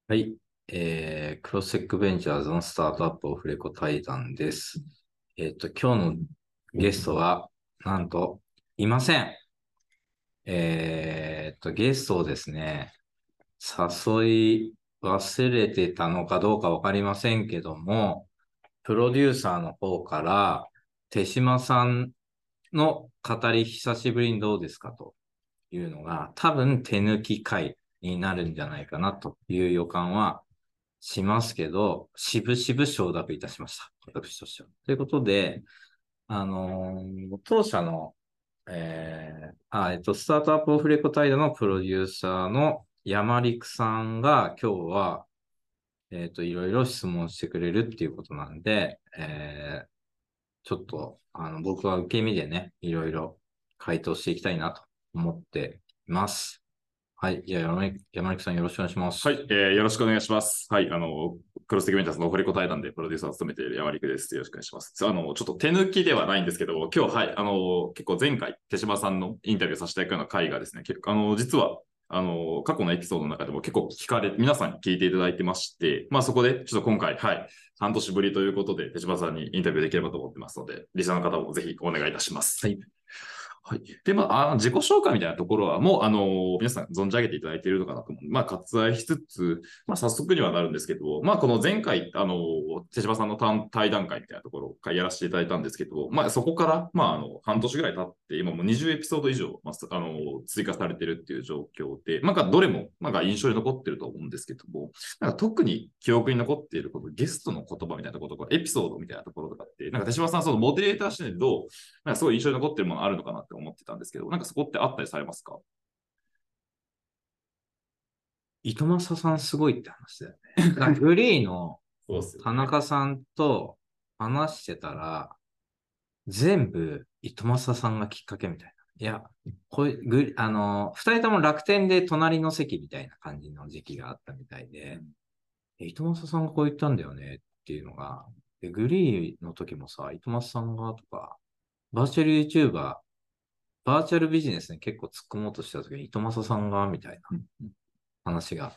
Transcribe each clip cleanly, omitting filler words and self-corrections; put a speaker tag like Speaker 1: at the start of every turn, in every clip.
Speaker 1: はい。クロステックベンチャーズのスタートアップオフレコ対談です。今日のゲストは、なんと、いません。ゲストをですね、誘い忘れてたのかどうかわかりませんけども、プロデューサーの方から、手島さんの語り久しぶりにどうですかというのが、多分手抜き会になるんじゃないかなという予感はしますけど、渋々承諾いたしました。私としては。ということで、当社の、スタートアップオフレコタイドのプロデューサーの山陸さんが今日は、いろいろ質問してくれるっていうことなんで、ちょっと、僕は受け身でね、いろいろ回答していきたいなと思っています。はい。山陸さんよろしくお願いします。
Speaker 2: はい、よろしくお願いします。はい、クロステクメンタスのオフレコ対談でプロデューサーを務めている山陸です。よろしくお願いします。ちょっと手抜きではないんですけど、今日、はい、結構前回、手島さんのインタビューさせていただくような回がですね、結構、実は、過去のエピソードの中でも結構皆さんに聞いていただいてまして、まあそこで、ちょっと今回、はい、半年ぶりということで、手島さんにインタビューできればと思ってますので、リスナーの方もぜひお願いいたします。
Speaker 1: はい。
Speaker 2: はい。で、自己紹介みたいなところは、もう、皆さん存じ上げていただいているのかなと思う。割愛しつつ、早速にはなるんですけど、この前回、手島さんの対談会みたいなところをやらせていただいたんですけど、そこから、半年ぐらい経って、今もう20エピソード以上、追加されてるっていう状況で、どれも、印象に残ってると思うんですけども、特に記憶に残っていること、ゲストの言葉みたいなこととか、エピソードみたいなところとかって、手島さん、そのモデレーター視点ですごい印象に残ってるものあるのかなって思ってたんですけど、そこってあったりされますか？
Speaker 1: 糸正さんすごいって話だよね。フリーの
Speaker 2: そうっすよ
Speaker 1: 田
Speaker 2: ね。
Speaker 1: 中さんと話してたら、全部糸正さんがきっかけみたいな。いや、こういう、二人とも楽天で隣の席みたいな感じの時期があったみたいで、糸正さんがこう言ったんだよねっていうのが、でグリーの時もさ、糸正さんがとか、バーチャル YouTuber、バーチャルビジネスに結構突っ込もうとした時に糸正さんがみたいな話があって、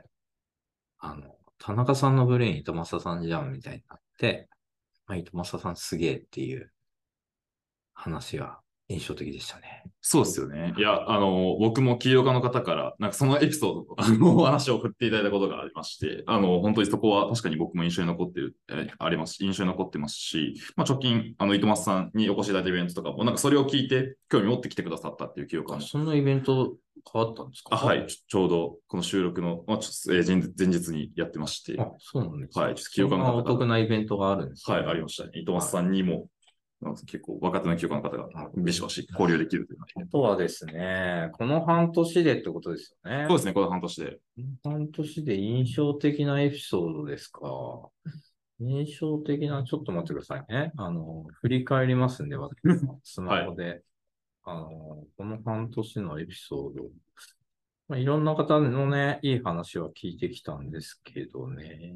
Speaker 1: 田中さんのブレイン糸正さんじゃんみたいになって、糸正さんすげえっていう話が印象的でしたね。
Speaker 2: そうですよね。いや、僕も起業家の方から、そのエピソードと、お話を振っていただいたことがありまして、本当にそこは確かに僕も印象に残ってる、あります、印象に残ってますし、直近、糸松さんにお越しいただいたイベントとかも、それを聞いて興味持ってきてくださったっていう記憶
Speaker 1: あ、
Speaker 2: も。
Speaker 1: そんなイベント変わったんですか？
Speaker 2: はい、ちょうどこの収録の、前日にやってまして、
Speaker 1: あ、そうなんです
Speaker 2: はい、
Speaker 1: か。
Speaker 2: ちょっと起業
Speaker 1: そんなお
Speaker 2: 家の方から、
Speaker 1: 得なイベントがあるんです
Speaker 2: はい、あ
Speaker 1: ね。
Speaker 2: りましたね。糸松
Speaker 1: はい。
Speaker 2: さんにも、結構若手の起業家の方が
Speaker 1: なるほど。
Speaker 2: ビシバシ交流できるというのが、
Speaker 1: あとはですね、この半年でってことですよね。
Speaker 2: そうですね、この半年で。
Speaker 1: この半年で印象的なエピソードですか。印象的な、ちょっと待ってくださいね。振り返りますんで、私のスマ
Speaker 2: はい。
Speaker 1: ホで。この半年のエピソード。いろんな方のね、いい話は聞いてきたんですけどね。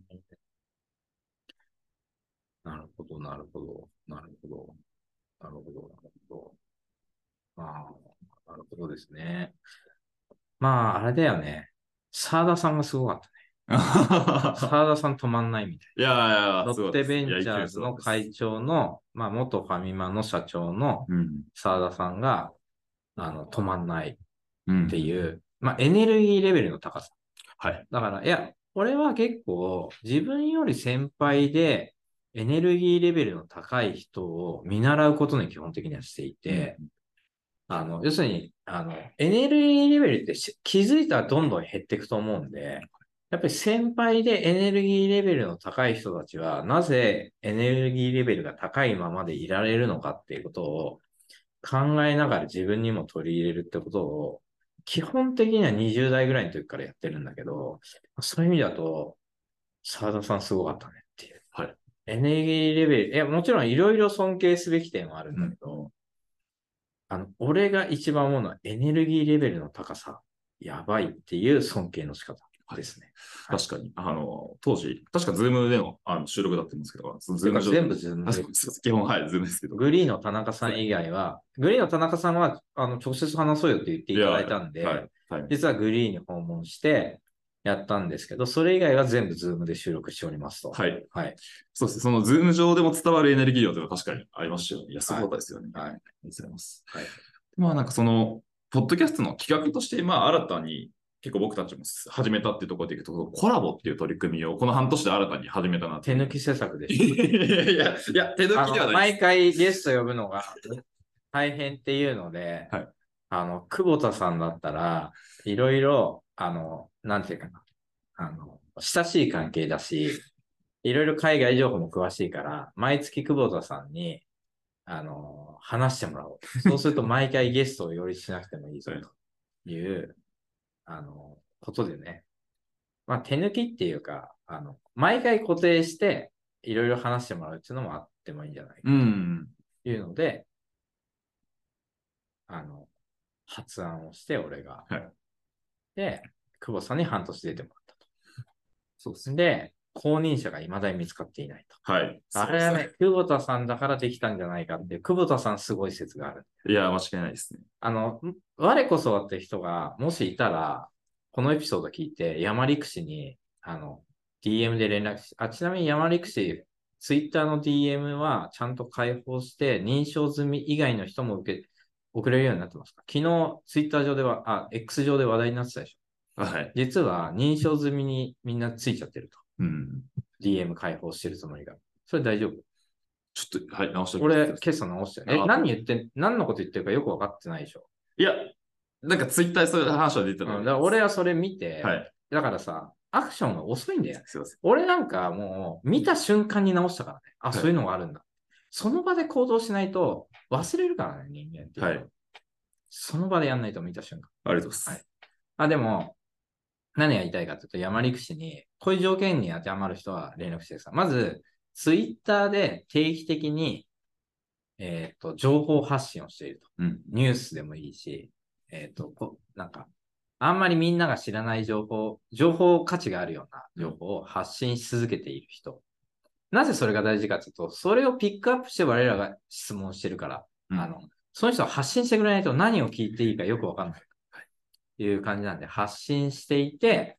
Speaker 1: なるほど、なるほど、なるほど、なるほど、なるほど。まあ、なるほどですね。まあ、あれだよね。沢田さんがすごかったね。沢田さん止まんないみたい。
Speaker 2: いやいやいや、
Speaker 1: ロッテ
Speaker 2: すごかったです。いや、
Speaker 1: ベンチャー
Speaker 2: 勢いす
Speaker 1: ズの会
Speaker 2: ごかったです。
Speaker 1: 長の、まあ、元ファミマの社長の
Speaker 2: うん。
Speaker 1: 沢田さんが、止まんないっ
Speaker 2: うん。
Speaker 1: ていう、まあ、エネルギーレベルの高さ。
Speaker 2: はい。
Speaker 1: だから、いや、俺は結構自分より先輩でエネルギーレベルの高い人を見習うことに基本的にはしてい
Speaker 2: うん。
Speaker 1: て、要するに、エネルギーレベルって気づいたらどんどん減っていくと思うんで、やっぱり先輩でエネルギーレベルの高い人たちは、なぜエネルギーレベルが高いままでいられるのかっていうことを考えながら自分にも取り入れるってことを、基本的には20代ぐらいの時からやってるんだけど、そういう意味だと、沢田さんすごかったねっていう。
Speaker 2: はい。
Speaker 1: エネルギーレベル、いや、もちろんいろいろ尊敬すべき点はあるん
Speaker 2: うん。
Speaker 1: だけど、俺が一番思うのはエネルギーレベルの高さ、やばいっていう尊敬の仕方
Speaker 2: はい。
Speaker 1: ですね。はい。
Speaker 2: 確かに、当時、確かズームでの、収録だったんですけど、ズーム上で、
Speaker 1: ていうか全部ズームで、
Speaker 2: あ、そうです。基本、はい、ズームですけど。
Speaker 1: グリーの田中さん以外は、グリーの田中さんは、直接話そうよって言って
Speaker 2: いや、
Speaker 1: いただいたん
Speaker 2: は
Speaker 1: で、
Speaker 2: い、はい。
Speaker 1: 実はグリーに訪問して、 やったんですけど、それ以外は全部ズームで収録しておりますと。
Speaker 2: はい。
Speaker 1: はい。
Speaker 2: そうですね。そのズーム上でも伝わるエネルギー量というのは確かにありましたよね。いや、すごかったですよね。
Speaker 1: はい。
Speaker 2: ありがとうございます。
Speaker 1: はい。
Speaker 2: まあなんかその、ポッドキャストの企画として、まあ新たに結構僕たちも始めたっていうところでいくと、コラボっていう取り組みをこの半年で新たに始めたなっていう。
Speaker 1: 手抜き施策で
Speaker 2: い
Speaker 1: す。
Speaker 2: や、手抜きではない
Speaker 1: 毎
Speaker 2: です。
Speaker 1: 回ゲスト呼ぶのが大変っていうので、
Speaker 2: はい。
Speaker 1: 久保田さんだったら、いろいろ、なんていうかな、親しい関係だし、いろいろ海外情報も詳しいから、毎月久保田さんに、話してもらおう。そうすると毎回ゲストを用意しなくてもいいぞという、ことでね。まあ、手抜きっていうか、毎回固定して、いろいろ話してもらうっていうのもあってもいいんじゃないか
Speaker 2: うん。
Speaker 1: というので、発案をして、俺が。
Speaker 2: はい。
Speaker 1: で、久保さんに半年出てもらったと。
Speaker 2: そうですね。
Speaker 1: で、公認者が未だに見つかっていないと。
Speaker 2: はい。
Speaker 1: あれはね、久保田さんだからできたんじゃないかっていう、久保田さんすごい説がある。
Speaker 2: いや、間違いないですね。
Speaker 1: 我こそはって人が、もしいたら、このエピソード聞いて、山陸氏に、DM で連絡し、ちなみに山陸氏、ツイッターの DM はちゃんと開放して、認証済み以外の人も送れるようになってますか？昨日、ツイッター上では、X 上で話題になってたでしょ。
Speaker 2: はい。
Speaker 1: 実は認証済みにみんなついちゃってると。
Speaker 2: うん。
Speaker 1: DM 開放してるつもりが。それ大丈夫？
Speaker 2: ちょっと、はい、直しておき
Speaker 1: 俺、
Speaker 2: ます。
Speaker 1: 今朝直したよ。何のこと言ってるかよくわかってないでしょ。
Speaker 2: いや、なんかツイッターでそういう話は出てた
Speaker 1: うん、
Speaker 2: ので。
Speaker 1: だから俺はそれ見て、
Speaker 2: はい。
Speaker 1: だからさ、アクションが遅いんだよね。
Speaker 2: すいません。
Speaker 1: 俺なんかもう見た瞬間に直したからね。あ、
Speaker 2: はい。
Speaker 1: そういうのがあるんだ。その場で行動しないと忘れるからね、人間っていうのは。
Speaker 2: はい。
Speaker 1: その場でやんないと見た瞬間。
Speaker 2: ありがとうござい
Speaker 1: はい。
Speaker 2: ます。
Speaker 1: でも、何が言いたいかというと、山陸市に、こういう条件に当てはまる人は連絡してください。まず、ツイッターで定期的に、情報発信をしていると。
Speaker 2: うん。
Speaker 1: ニュースでもいいし、なんか、あんまりみんなが知らない情報価値があるような情報を発信し続けている人。なぜそれが大事かというと、それをピックアップして我らが質問してるから、
Speaker 2: うん、
Speaker 1: その人は発信してくれないと何を聞いていいかよくわかんないという感じなんで、発信していて、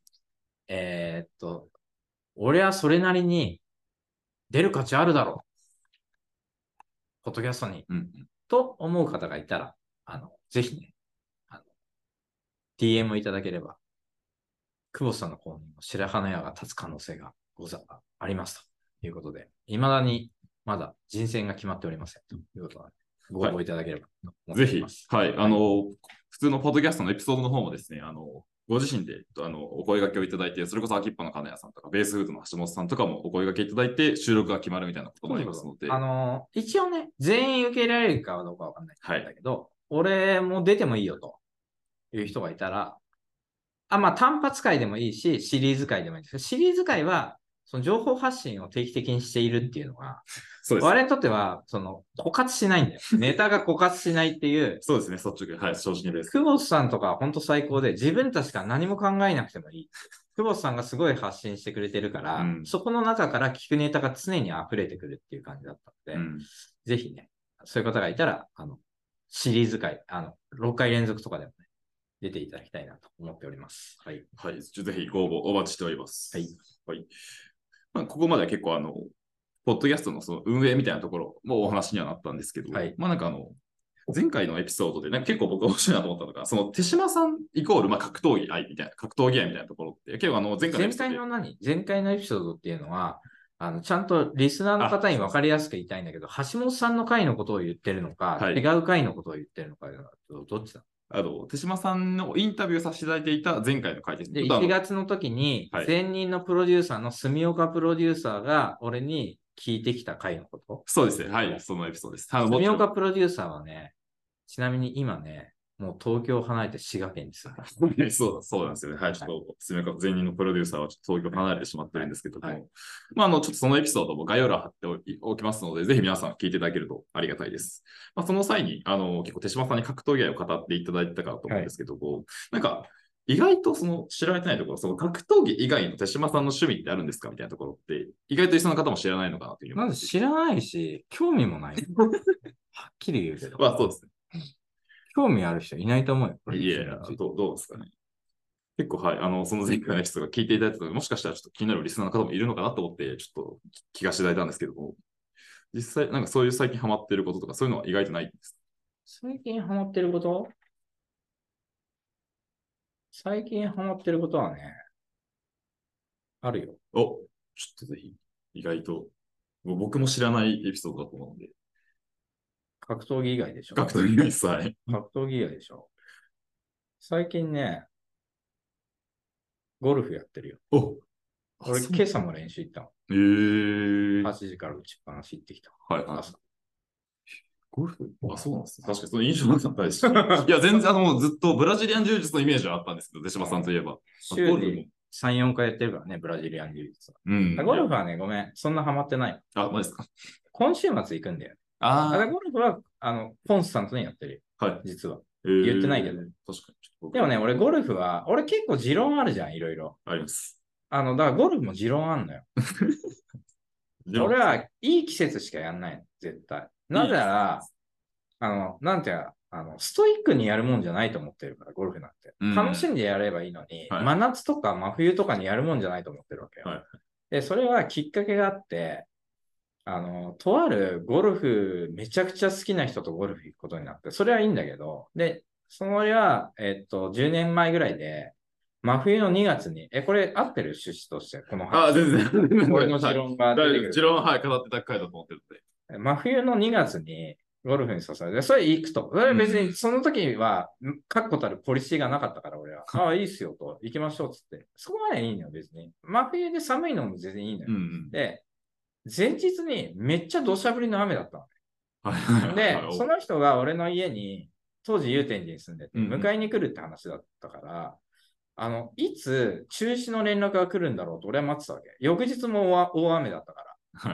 Speaker 1: 俺はそれなりに出る価値あるだろう。ポッドキャストに。
Speaker 2: うん。
Speaker 1: と思う方がいたら、ぜひね、DM いただければ、久保さんの公認の白羽の矢が立つ可能性がありますということで、未だにまだ人選が決まっておりませんということなので、ご応募いただければと思って
Speaker 2: ぜひ、
Speaker 1: おります。
Speaker 2: はい。普通のポッドキャストのエピソードの方もですね、ご自身でお声掛けをいただいて、それこそ秋っぱの金谷さんとか、ベースフードの橋本さんとかもお声掛けいただいて、収録が決まるみたいなこともありますので、
Speaker 1: 一応ね、全員受け入れられるかどうかわかんないんだけど、俺も出てもいいよという人がいたら、まあ単発会でもいいし、シリーズ会でもいいんですけど、シリーズ会は、その情報発信を定期的にしているっていうのが、
Speaker 2: そうです。
Speaker 1: 我々にとっては、枯渇しないんだよ。ネタが枯渇しないっていう。
Speaker 2: そうですね、率直。はい、正直です。
Speaker 1: 久保田さんとか本当最高で、自分たちが何も考えなくてもいい。久保田さんがすごい発信してくれてるから、
Speaker 2: うん、
Speaker 1: そこの中から聞くネタが常に溢れてくるっていう感じだったので、ぜひね、そういう方がいたら、シリーズ会、6回連続とかでもね、出ていただきたいなと思っております。はい。
Speaker 2: はい。ぜひご応募お待ちしております。
Speaker 1: はい。
Speaker 2: はい。まあ、ここまでは結構ポッドキャストのその運営みたいなところもお話にはなったんですけど、
Speaker 1: はい、
Speaker 2: まあなんか前回のエピソードで、なんか結構僕面白いなと思ったのが、その手島さんイコール、まあ、格闘技愛みたいな、格闘技愛みたいなところって、結構
Speaker 1: 前回のエピソードっていうのは、ちゃんとリスナーの方に分かりやすく言いたいんだけど、橋本さんの回のことを言ってるのか、
Speaker 2: はい、
Speaker 1: 違う回のことを言ってるのか、どっちだ？
Speaker 2: 手島さんのインタビューさせていただいていた前回の回ですね。
Speaker 1: で、1月の時に、前任のプロデューサーの住岡プロデューサーが俺に聞いてきた回のこと。
Speaker 2: そうですね。はい、そのエピソードです。
Speaker 1: 住岡プロデューサーはね、ちなみに今ね、もう東京を離れて滋賀県ですよ
Speaker 2: ね。そうなんですよね。はい、ちょっと、住岡前任のプロデューサーはちょっと東京離れてしまってるんですけども、まあ、ちょっとそのエピソードも概要欄貼っておきますので、ぜひ皆さん聞いていただけるとありがたいです。まあ、その際に、結構手島さんに格闘技愛を語っていただいてたかと思うんですけど、なんか、意外と知られてないところ、その格闘技以外の手島さんの趣味ってあるんですかみたいなところって、意外と一緒の方も知らないのかなという。
Speaker 1: まず知らないし、興味もない。はっきり言うけど。
Speaker 2: まあそうですね。
Speaker 1: 興味ある人いないと思うよ。
Speaker 2: いやいや、どうですかね。 結構、はい、その前回のエピソードが聞いていただいたので、もしかしたらちょっと気になるリスナーの方もいるのかなと思って、ちょっと聞かせていただいたんですけども、実際、なんかそういう最近ハマってることとか、そういうのは意外とないんです
Speaker 1: 最近ハマってること最近ハマってることはね、あるよ。
Speaker 2: か？お、ちょっとぜひ、意外と、もう僕も知らないエピソードだと思うので、
Speaker 1: 格闘技以外でしょ。
Speaker 2: 格闘技一切。
Speaker 1: 格闘技以外でしょ。最近ね、ゴルフやってるよ。
Speaker 2: お、あ、
Speaker 1: 俺、
Speaker 2: そう。
Speaker 1: 今朝も練習行ったの。8時から打ちっぱなし行ってきた。
Speaker 2: はいはい。
Speaker 1: 朝。
Speaker 2: ゴルフあ、そうなんですね。確かにその印象なかったですし。いや、全然もうずっとブラジリアン柔術のイメージはあったんですけど、出島さんといえば。ゴルフも。
Speaker 1: 週に3、4回やってるからね、ブラジリアン柔術は。
Speaker 2: うん。いや、
Speaker 1: ゴルフはね、ごめん、そんなハマってない。
Speaker 2: あ、マジですか？
Speaker 1: 今週末行くんだよ。
Speaker 2: あ
Speaker 1: ゴルフは、コンスタントにやってるよ。
Speaker 2: あ、はい。
Speaker 1: 実は。言ってないけど。
Speaker 2: 確かに。ちょっと僕
Speaker 1: でもね、俺ゴルフは、俺結構持論あるじゃん、いろいろ。
Speaker 2: あります。
Speaker 1: だからゴルフも持論あんのよ。
Speaker 2: でも、
Speaker 1: 俺はいい季節しかやんないの、絶対。なぜなら、なんていうか、ストイックにやるもんじゃないと思ってるから、ゴルフなんて。
Speaker 2: うん。
Speaker 1: 楽しんでやればいいのに、
Speaker 2: はい。
Speaker 1: 真夏とか真冬とかにやるもんじゃないと思ってるわけよ。
Speaker 2: はい。
Speaker 1: で、それはきっかけがあって、とあるゴルフ、めちゃくちゃ好きな人とゴルフ行くことになって、それはいいんだけど、で、それは、10年前ぐらいで、真冬の2月に、これ合ってる趣旨として、この
Speaker 2: あ、
Speaker 1: 話。
Speaker 2: 全然。
Speaker 1: 俺の持論が出てくる。
Speaker 2: 持論、はい、語ってた回だと思ってるので。
Speaker 1: 真冬の2月にゴルフに誘われて、それ行くと。それ別にその時は、確固たるポリシーがなかったから、俺は。ああ、いいっすよと。行きましょうっつって。そこまでいいのよ、別に。真冬で寒いのも全然いいのよ。で、前日にめっちゃ土砂降りの雨だったの。で、その人が俺の家に、当時祐天寺に住んでて、迎えに来るって話だったから、いつ中止の連絡が来るんだろうと俺は待ってたわけ。翌日も大雨だったから。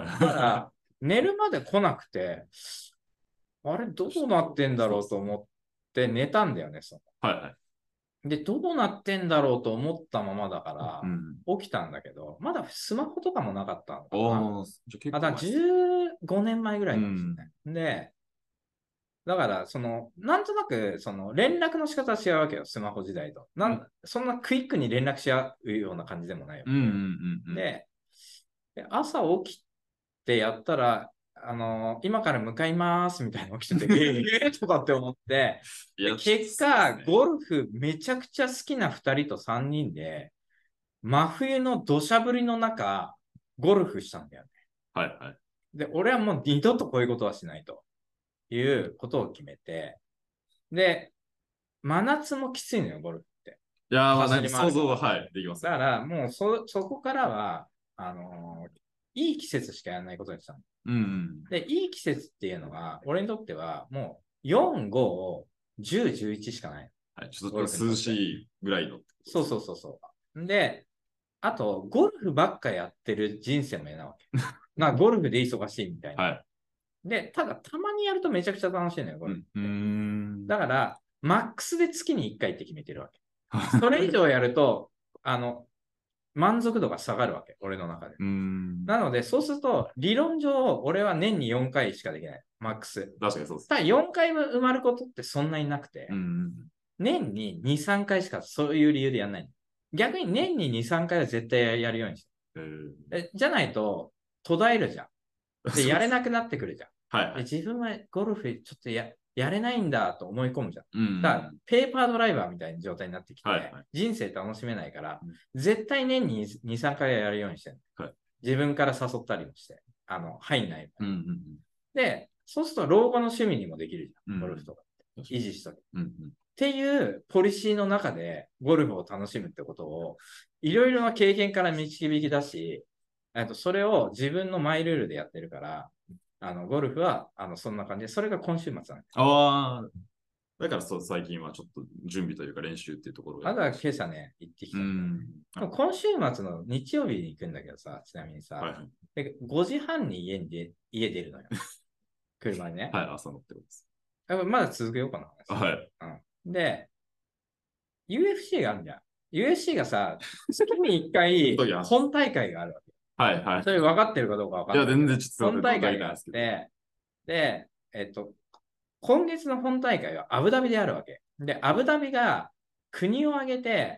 Speaker 1: だから、寝るまで来なくて、あれ、どうなってんだろうと思って寝たんだよね、
Speaker 2: はいはい。
Speaker 1: で、どうなってんだろうと思ったままだから、起きたんだけど、まだスマホとかもなかったのかな。だから15年前ぐらいかもしれない。で、だから、なんとなく、連絡の仕方は違うわけよ、スマホ時代と。そんなクイックに連絡し合うような感じでもないよ。で、朝起きてやったら、今から向かいますみたいなの起きてて、とかって思って、結果、ゴルフめちゃくちゃ好きな2人と3人で、真冬の土砂降りの中、ゴルフしたんだよね。
Speaker 2: はいはい。
Speaker 1: で、俺はもう二度とこういうことはしないということを決めて、で、真夏もきついのよ、ゴルフって。
Speaker 2: いやー、まあ、なんか想像は、はい、できます。
Speaker 1: だから、もうそこからは、いい季節しかやらないことにしたの。で、いい季節っていうのは、俺にとっては、もう4、5、10、11しかない。
Speaker 2: はい、ちょっと涼しいぐらいの。
Speaker 1: そうそうそうそう。で、あと、ゴルフばっかやってる人生も嫌なわけ。ゴルフで忙しいみたいな。
Speaker 2: はい。
Speaker 1: で、ただ、たまにやるとめちゃくちゃ楽しいのよ、ゴルフって。だから、マックスで月に1回って決めてるわけ。それ以上やると、満足度が下がるわけ、俺の中で。なので、そうすると、理論上、俺は年に4回しかできない。マックス。
Speaker 2: 確かにそうです。
Speaker 1: ただ4回分埋まることってそんなになくて、年に2、3回しかそういう理由でやんない。逆に年に2、3回は絶対やるようにして。じゃないと、途絶えるじゃん。で、やれなくなってくるじゃん。
Speaker 2: はい、
Speaker 1: で自分はゴルフちょっとやれないんだと思い込むじゃん。だから、ペーパードライバーみたいな状態になってきて、人生楽しめないから、絶対年に2、3回はやるようにしてる、自分から誘ったりもして、入んない。で、そうすると老後の趣味にもできるじゃん、ゴルフとかって。維持しとく。っていうポリシーの中でゴルフを楽しむってことを、いろいろな経験から導き出し、それを自分のマイルールでやってるから、ゴルフはそんな感じで、それが今週末なんです。
Speaker 2: ああ、だからそう最近はちょっと準備というか練習っていうところ
Speaker 1: が。だから今朝ね、行ってきた。今週末の日曜日に行くんだけどさ、ちなみにさ、で5時半に家出るのよ。車にね。
Speaker 2: はい、朝のってことです。
Speaker 1: まだ続けようかな。
Speaker 2: はい。
Speaker 1: で、UFC があるじゃん。UFC がさ、月に1回本大会があるわけ。
Speaker 2: はいはい。
Speaker 1: それ分かってるかどうか分かんない。
Speaker 2: いや、全然ちょっと
Speaker 1: 本大会があって、で、今月の本大会はアブダビであるわけ。で、アブダビが国を挙げて、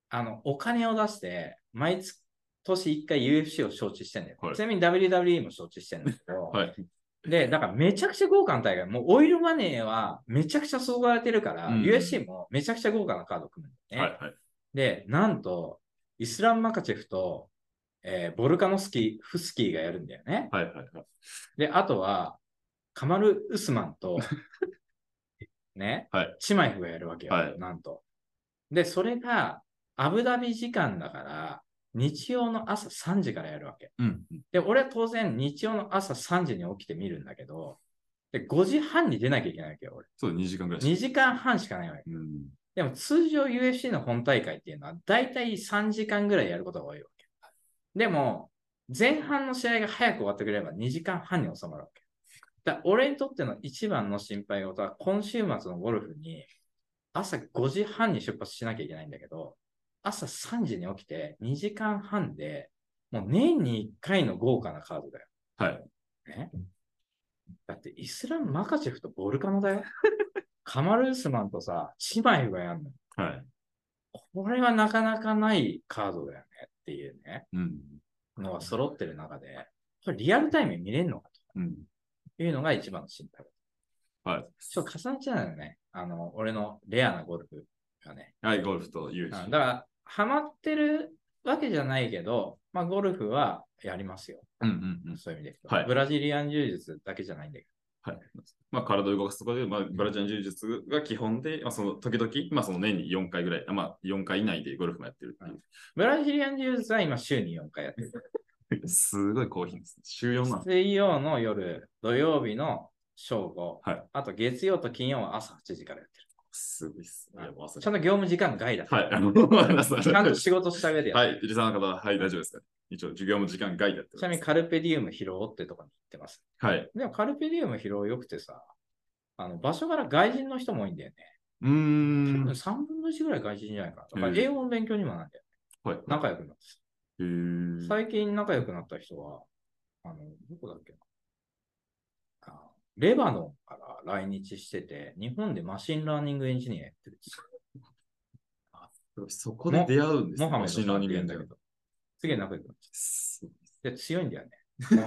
Speaker 1: お金を出して、毎年1回 UFC を招致してんだよ。
Speaker 2: はい
Speaker 1: ちなみに WWE も招致してんだけど、
Speaker 2: はい。
Speaker 1: で、だからめちゃくちゃ豪華な大会、もうオイルマネーはめちゃくちゃ注がれてるから、
Speaker 2: うん
Speaker 1: USC もめちゃくちゃ豪華なカード組むんだよね。
Speaker 2: はいはい。
Speaker 1: で、なんと、イスラム・マカチェフと、ボルカノフスキーがやるんだよね。
Speaker 2: はいはいはい。
Speaker 1: で、あとは、カマル・ウスマンと、ね、
Speaker 2: はい。
Speaker 1: チマイフがやるわけよ、
Speaker 2: はい
Speaker 1: なんと。で、それが、アブダビ時間だから、日曜の朝3時からやるわけ。
Speaker 2: うん。
Speaker 1: で、俺は当然日曜の朝3時に起きて見るんだけど、で、5時半に出なきゃいけないわけよ、俺。
Speaker 2: そう、2時間ぐらい
Speaker 1: 2時間半しかないわけ。
Speaker 2: うん。
Speaker 1: でも通常 UFC の本大会っていうのは、だいたい3時間ぐらいやることが多いわけ。でも、前半の試合が早く終わってくれれば2時間半に収まるわけ。だ俺にとっての一番の心配事は、今週末のゴルフに朝5時半に出発しなきゃいけないんだけど、朝3時に起きて2時間半で、もう年に1回の豪華なカードだよ。
Speaker 2: はい。
Speaker 1: ね、だってイスラム・マカチェフとボルカノだよ。カマル・ウスマンとさ、チマイフがやるの。
Speaker 2: はい。
Speaker 1: これはなかなかないカードだよねっていうね、
Speaker 2: うん。
Speaker 1: のが揃ってる中で、これリアルタイムに見れるのか
Speaker 2: うん。
Speaker 1: というのが一番の心配。
Speaker 2: はい。
Speaker 1: ちょっと重なっちゃうよね。俺のレアなゴルフがね。
Speaker 2: はい、ゴルフと UFC。
Speaker 1: だから、ハマってるわけじゃないけど、まあ、ゴルフはやりますよ。
Speaker 2: うんうんうん。
Speaker 1: そういう意味で。
Speaker 2: はい。
Speaker 1: ブラジリアン柔術だけじゃないんだけ
Speaker 2: はい。まあ、体を動かすところで、まあ、ブラジル柔術が基本で、まあ、その時々、まあ、その年に4回ぐらい、まあ、4回以内でゴルフもやってるっていう。
Speaker 1: ブラジリアン柔術は今週に4回やってる。
Speaker 2: すごい高頻ですね。週4なん
Speaker 1: 水曜の夜、土曜日の正午、
Speaker 2: はい。
Speaker 1: あと月曜と金曜は朝8時からやってる。
Speaker 2: すごいっす。いや、もう朝
Speaker 1: ちゃんと業務時間外だ。
Speaker 2: はい。
Speaker 1: ちゃんと仕事した上でやってる。
Speaker 2: はい。リサの方、はい、大丈夫ですか、一応、授業も時間外だって
Speaker 1: ちなみにカルペディウム拾おうってとこに行ってます。
Speaker 2: はい。
Speaker 1: でもカルペディウム拾うよくてさ、場所から外人の人も多いんだよね。
Speaker 2: うーん。
Speaker 1: 3分の1ぐらい外人じゃないかな。だから
Speaker 2: へえ
Speaker 1: 英語の勉強にもなんだよね。
Speaker 2: はい。
Speaker 1: 仲良くなって
Speaker 2: へー
Speaker 1: 最近仲良くなった人は、どこだっけな。レバノンから来日してて、日本でマシンラーニングエンジニアやってるんですよ。
Speaker 2: あそこで出会うんですね。
Speaker 1: モハメドさんって言うんだけ
Speaker 2: マシンラーニングエンジニア
Speaker 1: ど、すげえ仲良くなっちゃ
Speaker 2: す
Speaker 1: って。で、強いんだよね。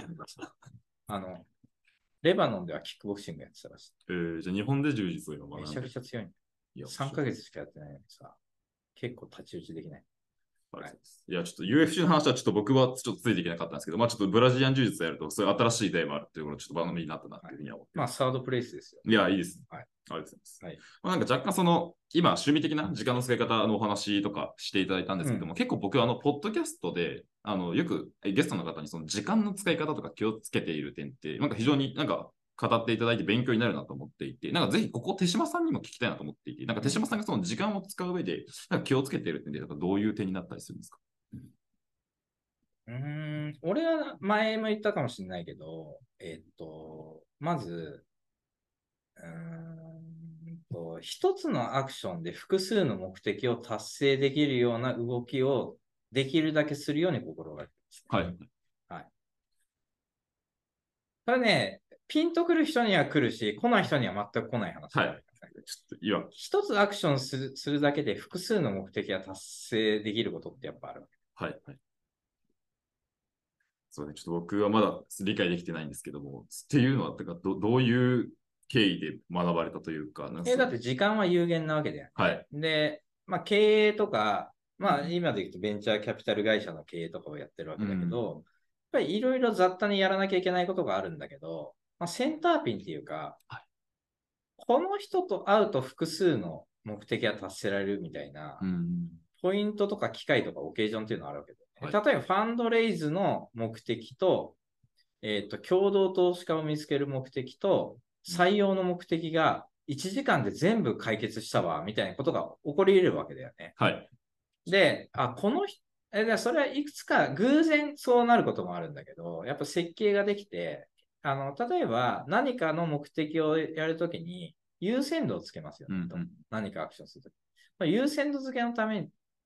Speaker 1: レバノンではキックボクシングやってたらし
Speaker 2: じゃあ日本で充実を今
Speaker 1: い。め
Speaker 2: 学んで
Speaker 1: ちゃくちゃ強いんだ
Speaker 2: いや
Speaker 1: よ。3ヶ月しかやってないのにさ、結構太刀打ちできない。
Speaker 2: はい、いや、ちょっと UFC の話はちょっと僕はちょっとついていけなかったんですけど、まあちょっとブラジリアン柔術やると、そういう新しい出会いもあるっていうのがちょっと番組になったなっていうふうに思って、
Speaker 1: まあ、サードプレイスですよ。
Speaker 2: いや、いいです、ね。
Speaker 1: はい。
Speaker 2: ありがとうございます。
Speaker 1: はい。
Speaker 2: まあ、なんか若干その、今、趣味的な時間の使い方のお話とかしていただいたんですけども、結構僕はポッドキャストで、よくゲストの方にその時間の使い方とか気をつけている点って、なんか非常になんか語っていただいて勉強になるなと思っていて、なんかぜひここ手島さんにも聞きたいなと思っていて、なんか手島さんがその時間を使う上で、なんか気をつけている点で、どういう点になったりするんですか？
Speaker 1: 俺は前も言ったかもしれないけど、まず、一つのアクションで複数の目的を達成できるような動きをできるだけするように心がけます、
Speaker 2: はい。
Speaker 1: はい。これね、ピンとくる人には来るし、来ない人には全く来ない話。
Speaker 2: はい。ちょっと言わ
Speaker 1: 一つアクションするだけで複数の目的が達成できることってやっぱあるわけ。
Speaker 2: はい。はい。そうね、ちょっと僕はまだ理解できてないんですけども、っていうのは、どういう経緯で学ばれたというか、
Speaker 1: だって時間は有限なわけだよね。
Speaker 2: はい。
Speaker 1: で、まあ、経営とか、まあ、今で言うとベンチャーキャピタル会社の経営とかをやってるわけだけど、やっぱりいろいろ雑多にやらなきゃいけないことがあるんだけど、まあ、センターピンっていうか、
Speaker 2: はい、
Speaker 1: この人と会うと複数の目的が達せられるみたいな、ポイントとか機会とかオケージョンっていうのがあるわけだよね。例えばファンドレイズの目的と、共同投資家を見つける目的と、採用の目的が1時間で全部解決したわ、みたいなことが起こり得るわけだよね。
Speaker 2: はい。
Speaker 1: で、この人、それはいくつか偶然そうなることもあるんだけど、やっぱ設計ができて、例えば何かの目的をやるときに優先度をつけますよね、何かアクションするとき。優先度付けのため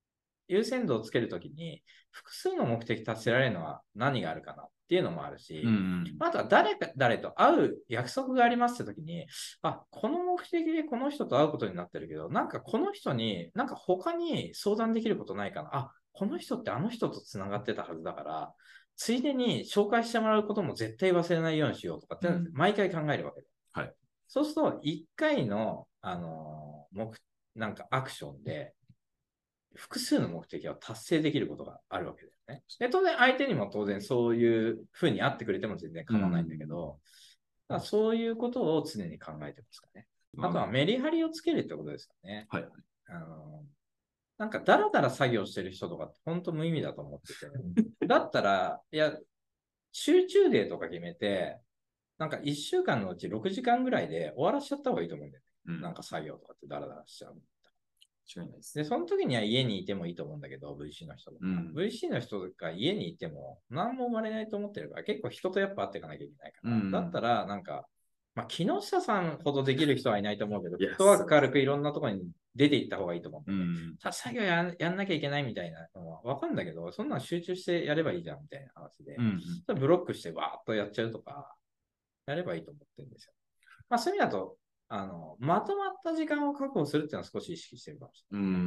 Speaker 1: 優先度をつけるときに、複数の目的達せられるのは何があるかなっていうのもあるし、あとは誰と会う約束がありますってときに、この目的でこの人と会うことになってるけど、なんかこの人に、なんか他に相談できることないかな。この人ってあの人と繋がってたはずだから、ついでに紹介してもらうことも絶対忘れないようにしようとかって毎回考えるわけで。
Speaker 2: はい。
Speaker 1: そうすると、1回の、なんかアクションで、複数の目的を達成できることがあるわけだよね。で、当然相手にも当然そういうふうに会ってくれても全然構わないんだけど、そういうことを常に考えてますかね。あとはメリハリをつけるってことですよね。
Speaker 2: はい。
Speaker 1: なんかだらだら作業してる人とかって本当無意味だと思ってて。だったら、いや、集中デーとか決めて、なんか1週間のうち6時間ぐらいで終わらしちゃった方がいいと思うんだよね。なんか作業とかってダラダラしちゃう。
Speaker 2: 違いないです。
Speaker 1: で、その時には家にいてもいいと思うんだけど、VC の人とか。VC の人が家にいても何も生まれないと思ってるから、結構人とやっぱ会っていかなきゃいけないから。だったら、なんか、木下さんほどできる人はいないと思うけど、フットワーク軽くいろんなところに出ていった方がいいと思うんだよね。作業やんなきゃいけないみたいなのはわかるんだけど、そんなの集中してやればいいじゃんみたいな話で、ブロックしてわーっとやっちゃうとか、やればいいと思ってるんですよ。そういう意味だと、まとまった時間を確保するっていうのは少し意識してるかもしれない。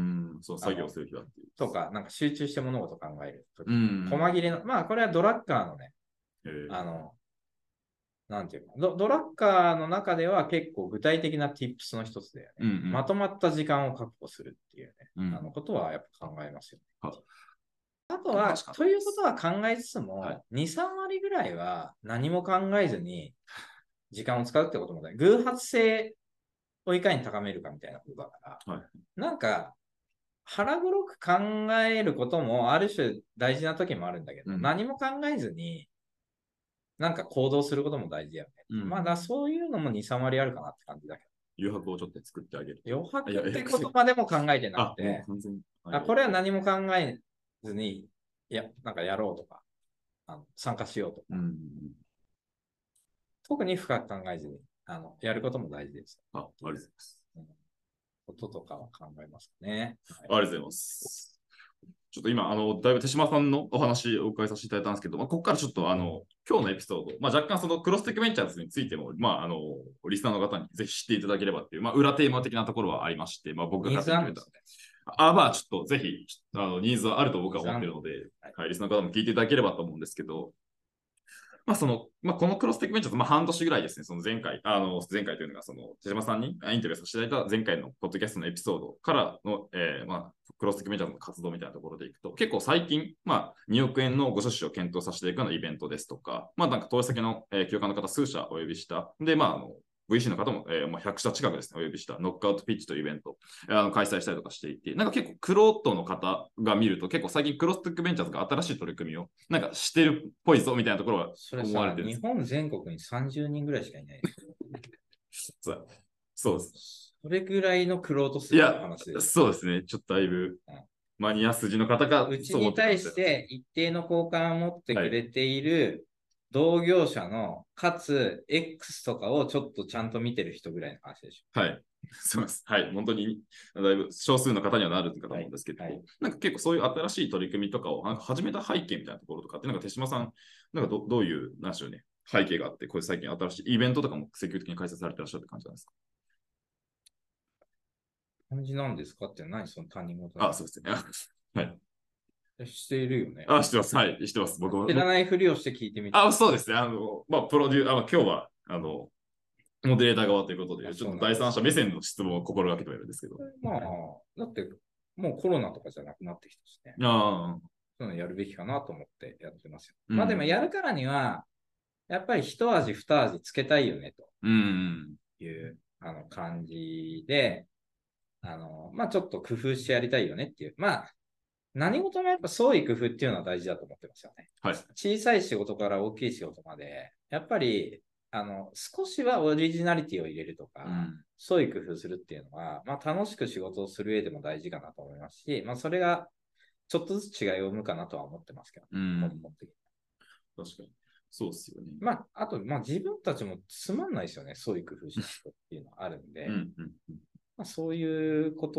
Speaker 2: そう、作業する日はっていう。
Speaker 1: とか、なんか集中して物事を考えるとき。細切れの、これはドラッカーのね、なんていうの、ドラッカーの中では結構具体的な tips の一つだよね。まとまった時間を確保するっていうね、ことはやっぱ考えますよね。あとは、ということは考えつつも、2、3割ぐらいは何も考えずに時間を使うってこともね、偶発性をいかに高めるかみたいなことだから、なんか、腹黒く考えることもある種大事な時もあるんだけど、何も考えずに、なんか行動することも大事だよね。だそういうのも2、3割あるかなって感じだけど。
Speaker 2: 余白をちょっと作ってあげる。
Speaker 1: 余白ってことまでも考えてなくて、これは何も考えずに、なんかやろうとか、参加しようとか、特に深く考えずに、やることも大事です。
Speaker 2: ありがとうございます。
Speaker 1: こととかは考えますね。
Speaker 2: ありがとうございます。ちょっと今、だいぶ手島さんのお話をお伺いさせていただいたんですけど、ここからちょっと、今日のエピソード、若干そのクロステクベンチャーズについても、リスナーの方にぜひ知っていただければっていう、裏テーマ的なところはありまして、僕が勝手に決めた。ちょっとぜひ、ニーズはあると僕は思っているので、リスナーの方も聞いていただければと思うんですけど、このクロステクベンチャーズ、半年ぐらいですね、その前回というのが、手島さんにインタビューさせていただいた前回のポッドキャストのエピソードからの、クロステクベンチャーズの活動みたいなところでいくと、結構最近、2億円のご出資を検討させていくようなイベントですとか、なんか投資先の、協会の方数社お呼びした、で、VC の方も、100社近くですね、お呼びしたノックアウトピッチというイベント、開催したりとかしていて、なんか結構クロートの方が見ると、結構最近クロステックベンチャーズが新しい取り組みをなんかしてるっぽいぞみたいなところが思われてるんです。
Speaker 1: 日本全国に30人ぐらいしかいない。
Speaker 2: そうです。
Speaker 1: それぐらいのクロート数の話です。
Speaker 2: そうですね。ちょっとだいぶマニア筋の方が
Speaker 1: うちに対して一定の好感を持ってくれている同業者の、かつ X とかをちょっとちゃんと見てる人ぐらいの話でしょ。
Speaker 2: はい。そうです。はい。本当に、だいぶ少数の方にはなるかと思うんですけど、なんか結構そういう新しい取り組みとかをなんか始めた背景みたいなところとかって、なんか手島さん、なんかどういう、なんでしょうね、背景があって、これ最近新しいイベントとかも積極的に開催されてらっしゃるって感じなんですか？
Speaker 1: 感じなんですかって何その他人事。
Speaker 2: そうですね。はい。
Speaker 1: しているよね。
Speaker 2: してます。はい。してます。僕も。
Speaker 1: 知らないふりをして聞いてみて。
Speaker 2: そうですね。プロデュー、今日は、モデレーター側ということで、ちょっと第三者目線の質問を心がけてはいるんですけど。
Speaker 1: だって、もうコロナとかじゃなくなってきたしね。そういうのやるべきかなと思ってやってますよ。でもやるからには、やっぱり一味二味つけたいよね、という感じで、ちょっと工夫してやりたいよねっていう。何事もやっぱ創意工夫っていうのは大事だと思ってますよね。
Speaker 2: はい。
Speaker 1: 小さい仕事から大きい仕事まで、やっぱり、少しはオリジナリティを入れるとか、創意工夫するっていうのは、楽しく仕事をする上でも大事かなと思いますし、それがちょっとずつ違いを生むかなとは思ってますけど、根本的に。
Speaker 2: 確かに。そうですよね。
Speaker 1: あと、自分たちもつまんないですよね、創意工夫した人っていうのはあるんで、そういうことは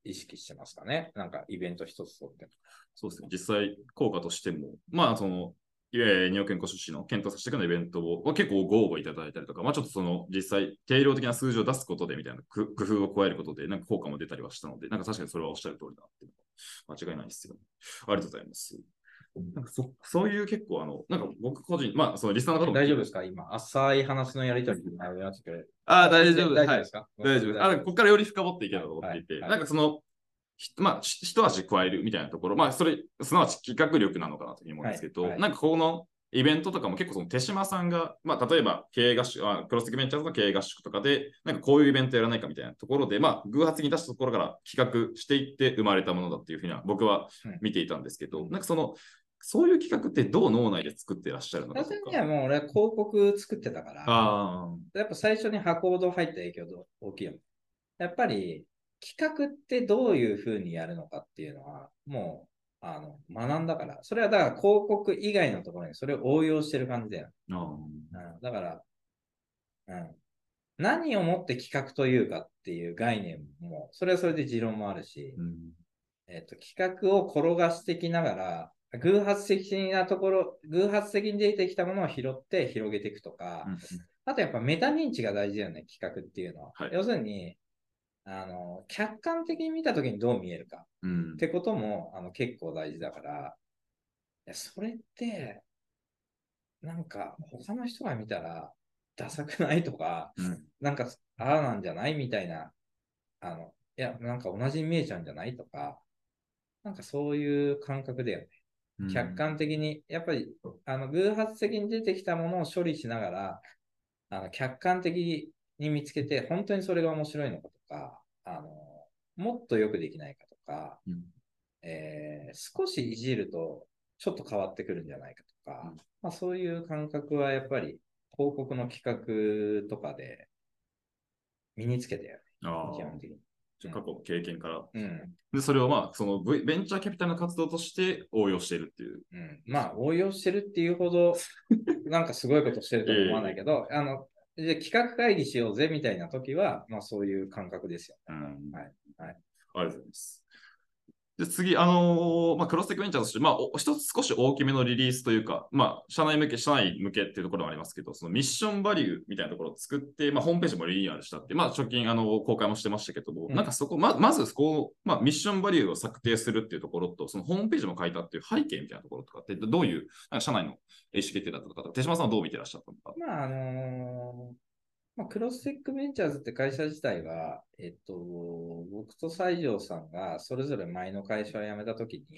Speaker 1: 意識してますかね。なんかイベント一つとって。
Speaker 2: そうですね。実際、効果としても、2億円ご出資の検討させてくれるイベントを結構ご応募いただいたりとか、ちょっと実際、定量的な数字を出すことでみたいな工夫を加えることで、なんか効果も出たりはしたので、なんか確かにそれはおっしゃる通りだっていうのは間違いないですよね。ありがとうございます。なんかそういう結構なんか僕個人、リスナーの方も
Speaker 1: 大丈夫ですか今、浅い話のやりとりになりますけど。
Speaker 2: 大丈夫です。
Speaker 1: 大丈夫ですか、
Speaker 2: 大丈夫です。ここからより深掘っていけばと思っていて、
Speaker 1: はいはい、
Speaker 2: なんか一味加えるみたいなところ、それ、すなわち企画力なのかなというふうに思うんですけど、なんかこのイベントとかも結構手島さんが、例えば経営合宿、クロステクベンチャーズの経営合宿とかで、なんかこういうイベントやらないかみたいなところで、偶発に出したところから企画していって生まれたものだっていうふうには僕は見ていたんですけど、なんかそういう企画ってどう脳内で作ってらっしゃるのかとか。
Speaker 1: にはもう俺は広告作ってたから、
Speaker 2: あ
Speaker 1: やっぱ最初に箱ほど入った影響が大きいよ。やっぱり企画ってどういうふうにやるのかっていうのは、もう学んだから、それはだから広告以外のところにそれを応用してる感じだよ。だから、うん、何をもって企画というかっていう概念も、それはそれで持論もあるし、企画を転がしてきながら、偶発的に出てきたものを拾って広げていくとか、あとやっぱメタ認知が大事だよね、企画っていうのは。要するに、客観的に見たときにどう見えるかってことも結構大事だから、それって、なんか他の人が見たらダサくないとか、なんかああなんじゃないみたいな、なんか同じに見えちゃうんじゃないとか、なんかそういう感覚だよね。客観的に、やっぱり偶発的に出てきたものを処理しながら、客観的に見つけて、本当にそれが面白いのかとか、もっとよくできないかとか、少しいじるとちょっと変わってくるんじゃないかとか、そういう感覚はやっぱり広告の企画とかで身につけたよね、基本的に。
Speaker 2: 過去の経験から。
Speaker 1: うん、
Speaker 2: で、それをベンチャーキャピタルの活動として応用しているっていう。
Speaker 1: 応用してるっていうほど、なんかすごいことしてるとは思わないけど、で企画会議しようぜみたいな時は、そういう感覚ですよね。はい。
Speaker 2: ありがとうございます。で次、クロステクベンチャーとして、一つ少し大きめのリリースというか、社内向けっていうところもありますけど、そのミッションバリューみたいなところを作って、ホームページもリニューアルしたって、直近、公開もしてましたけども、なんかそこ、まずそこを、ミッションバリューを策定するっていうところと、そのホームページも書いたっていう背景みたいなところとかって、どういう、なんか社内の意思決定だったのか、手島さんはどう見てらっしゃったのか。
Speaker 1: クロステックベンチャーズって会社自体は、僕と西条さんがそれぞれ前の会社を辞めたときに、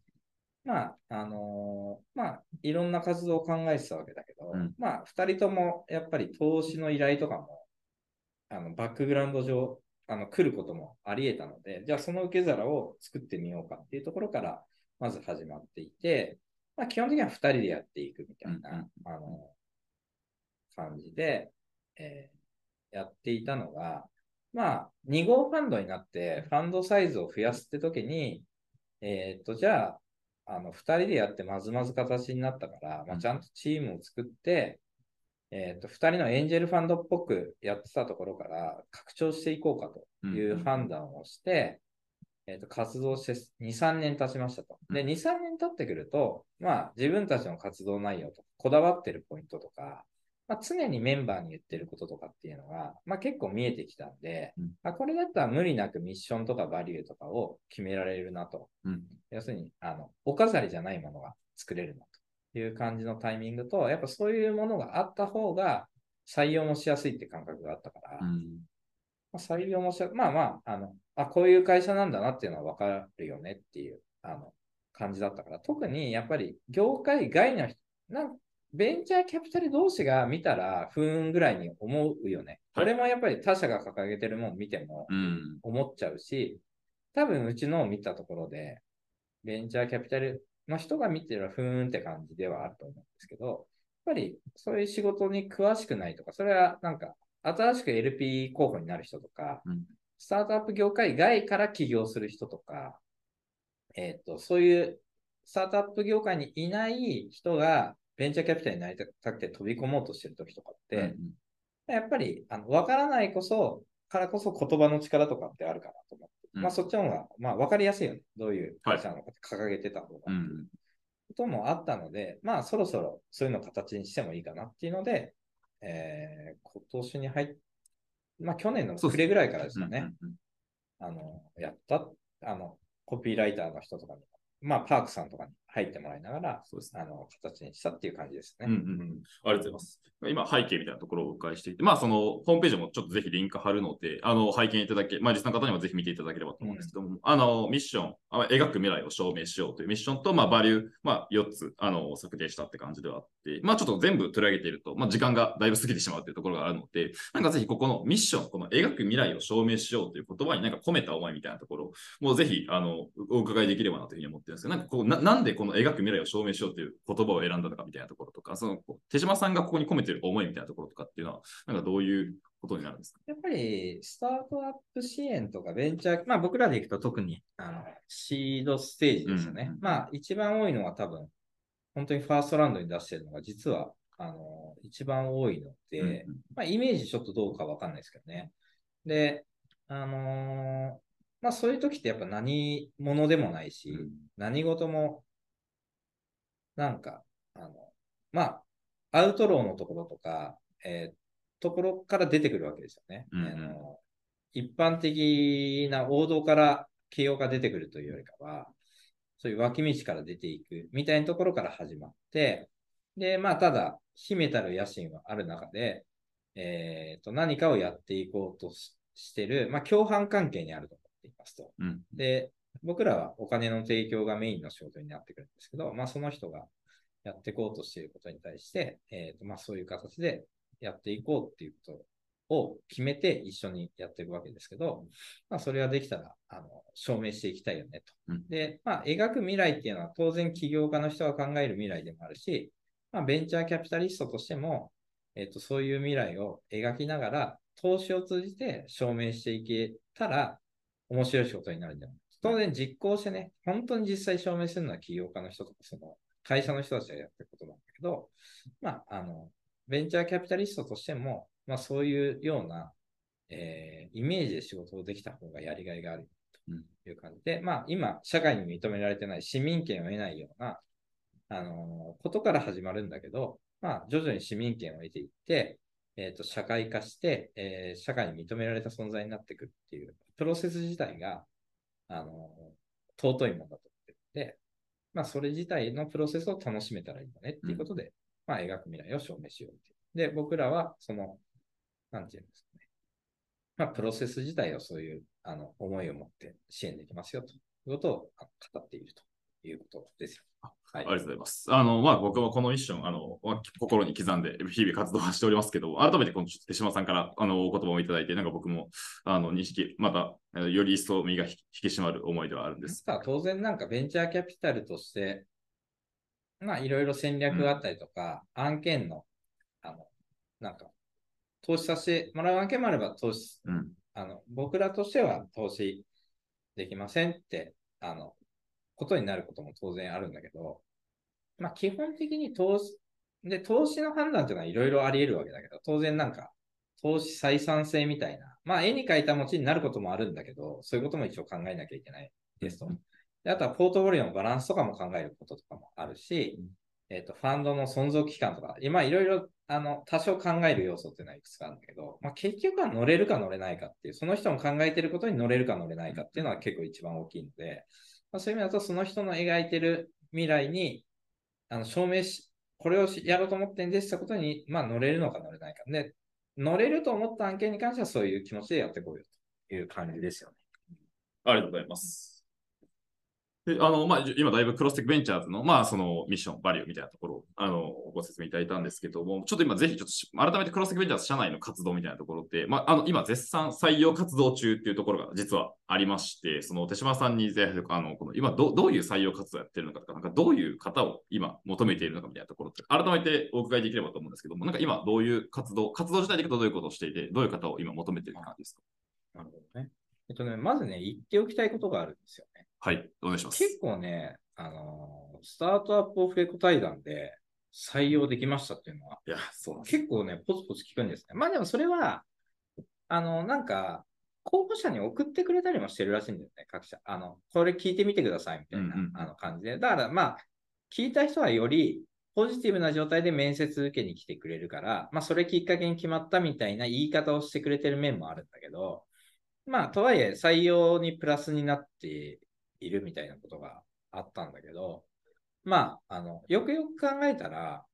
Speaker 1: いろんな活動を考えてたわけだけど、二人ともやっぱり投資の依頼とかも、バックグラウンド上、来ることもあり得たので、じゃあその受け皿を作ってみようかっていうところから、まず始まっていて、基本的には二人でやっていくみたいな、感じで、やっていたのが、2号ファンドになって、ファンドサイズを増やすって時に、じゃあ、2人でやってまずまず形になったから、ちゃんとチームを作って、2人のエンジェルファンドっぽくやってたところから拡張していこうかという判断をして、活動して2、3年経ちましたと。で、2、3年経ってくると、自分たちの活動内容とか、こだわってるポイントとか、常にメンバーに言ってることとかっていうのが、結構見えてきたんで、これだったら無理なくミッションとかバリューとかを決められるなと。要するに、お飾りじゃないものが作れるなという感じのタイミングと、やっぱそういうものがあった方が採用もしやすいって感覚があったから、採用もしや、こういう会社なんだなっていうのは分かるよねっていう感じだったから、特にやっぱり業界外の人、ベンチャーキャピタル同士が見たら、ふーんぐらいに思うよね。俺もやっぱり他社が掲げてるもん見ても思っちゃうし、多分うちのを見たところで、ベンチャーキャピタルの人が見てるらふーんって感じではあると思うんですけど、やっぱりそういう仕事に詳しくないとか、それはなんか新しく LP 候補になる人とか、スタートアップ業界外から起業する人とか、そういうスタートアップ業界にいない人がベンチャーキャピタルになりたくて飛び込もうとしてる時とかって、やっぱり分からないからこそ言葉の力とかってあるかなと思ってまあそっちの方が、まあ分かりやすいよね。どういう会社なのかって掲げてた方が。こともあったので、まあそろそろそういうのを形にしてもいいかなっていうので、今年に入っまあ去年の暮れぐらいからですかね。やった、コピーライターの人とかに、まあパークさんとかに入ってもらいながら、形にしたっていう感じですね。
Speaker 2: ありがとうございます。今、背景みたいなところをお伺いしていて、まあ、その、ホームページもちょっとぜひリンク貼るので、拝見いただけ、まあ、実際の方にもぜひ見ていただければと思うんですけども、ミッション、描く未来を証明しようというミッションと、まあ、バリュー、まあ、4つ、策定したって感じではあって、まあ、ちょっと全部取り上げていると、まあ、時間がだいぶ過ぎてしまうというところがあるので、なんかぜひここのミッション、この描く未来を証明しようという言葉になんか込めた思いみたいなところもうぜひ、お伺いできればなというふうに思ってるんですけど、なんかこうなんでこの描く未来を証明しようという言葉を選んだのかみたいなところとか、その手島さんがここに込めてる思いみたいなところとかっていうのは、なんかどういうことになるんですか？
Speaker 1: やっぱり、スタートアップ支援とかベンチャー、まあ僕らでいくと特に、シードステージですよね。まあ一番多いのは多分、本当にファーストラウンドに出してるのが実は、一番多いので、まあイメージちょっとどうかわかんないですけどね。で、まあそういう時ってやっぱ何者でもないし、何事も、なんか、まあ、アウトローのところとか、ところから出てくるわけですよね。一般的な王道から慶応が出てくるというよりかは、そういう脇道から出ていくみたいなところから始まって、で、まあ、ただ、秘めたる野心はある中で、何かをやっていこうとしてる、まあ、共犯関係にあると思っていますと。で、僕らはお金の提供がメインの仕事になってくるんですけど、まあ、その人がやっていこうとしていることに対して、まあ、そういう形でやっていこうっていうことを決めて一緒にやっていくわけですけど、まあ、それができたら、証明していきたいよねと。で、まあ、描く未来っていうのは当然起業家の人が考える未来でもあるし、まあ、ベンチャーキャピタリストとしても、そういう未来を描きながら、投資を通じて証明していけたら、面白い仕事になるんじゃないか。当然実行してね、本当に実際証明するのは起業家の人とか、その会社の人たちがやってることなんだけど、まあ、ベンチャーキャピタリストとしても、まあ、そういうような、イメージで仕事をできた方がやりがいがあるという感じで、まあ、今、社会に認められてない市民権を得ないような、ことから始まるんだけど、まあ、徐々に市民権を得ていって、社会化して、社会に認められた存在になっていくっていうプロセス自体が、尊いものだと思ってるので、まあ、それ自体のプロセスを楽しめたらいいよねっていうことで、まあ、描く未来を証明しようっていう。で、僕らは、その、なんていうんですかね。まあ、プロセス自体をそういう、思いを持って支援できますよということを語っているということですよ。
Speaker 2: はい、ありがとうございます。まあ、僕もこのミッション、心に刻んで日々活動はしておりますけど、改めてこの手島さんから、お言葉をいただいて、なんか僕も、認識、また、より一層身が引き締まる思いではあるんです。
Speaker 1: 当然なんかベンチャーキャピタルとして、まあ、いろいろ戦略があったりとか、案件の、なんか、投資させてもらう案件もあれば、投資、僕らとしては投資できませんって、ことになることも当然あるんだけど、まあ、基本的に投資の判断っていうのはいろいろあり得るわけだけど、当然なんか、投資採算性みたいな、まあ、絵に描いた餅になることもあるんだけど、そういうことも一応考えなきゃいけないですと。であとは、ポートフォリオのバランスとかも考えることとかもあるし、ファンドの存続期間とか、今いろいろ、多少考える要素っていうのはいくつかあるんだけど、まあ、結局は乗れるか乗れないかっていう、その人の考えてることに乗れるか乗れないかっていうのは結構一番大きいので、まあ、そういう意味だと、その人の描いてる未来に、証明し、これをやろうと思ってんですってことに、まあ、乗れるのか乗れないか。で、乗れると思った案件に関してはそういう気持ちでやっていこうよという感じですよね。
Speaker 2: ありがとうございます。で、まあ、今だいぶクロステックベンチャーズの、まあ、そのミッション、バリューみたいなところを、ご説明いただいたんですけども、ちょっと今ぜひちょっと改めてクロステックベンチャーズ社内の活動みたいなところって、まあ、今絶賛採用活動中っていうところが実はありまして、その手島さんにぜひ、この今どういう採用活動やってるのかとか、なんかどういう方を今求めているのかみたいなところって、改めてお伺いできればと思うんですけども、なんか今どういう活動自体でいくとどういうことをしていて、どういう方を今求めている感じですか？
Speaker 1: なるほどね。まずね、言っておきたいことがあるんですよね。
Speaker 2: はい、お願いします。
Speaker 1: 結構ね、スタートアップオフレコ対談で採用できましたっていうのは、
Speaker 2: いや、そうなんです。
Speaker 1: 結構ね、ポツポツ聞くんですね。まあでもそれは、なんか、 候補者に送ってくれたりもしてるらしいんだよね、各社。これ聞いてみてくださいみたいな、感じで。だからまあ、聞いた人はよりポジティブな状態で面接受けに来てくれるから、まあ、それきっかけに決まったみたいな言い方をしてくれてる面もあるんだけど、まあ、とはいえ採用にプラスになっているみたいなことがあったんだけど、まあ、よくよく考えたら、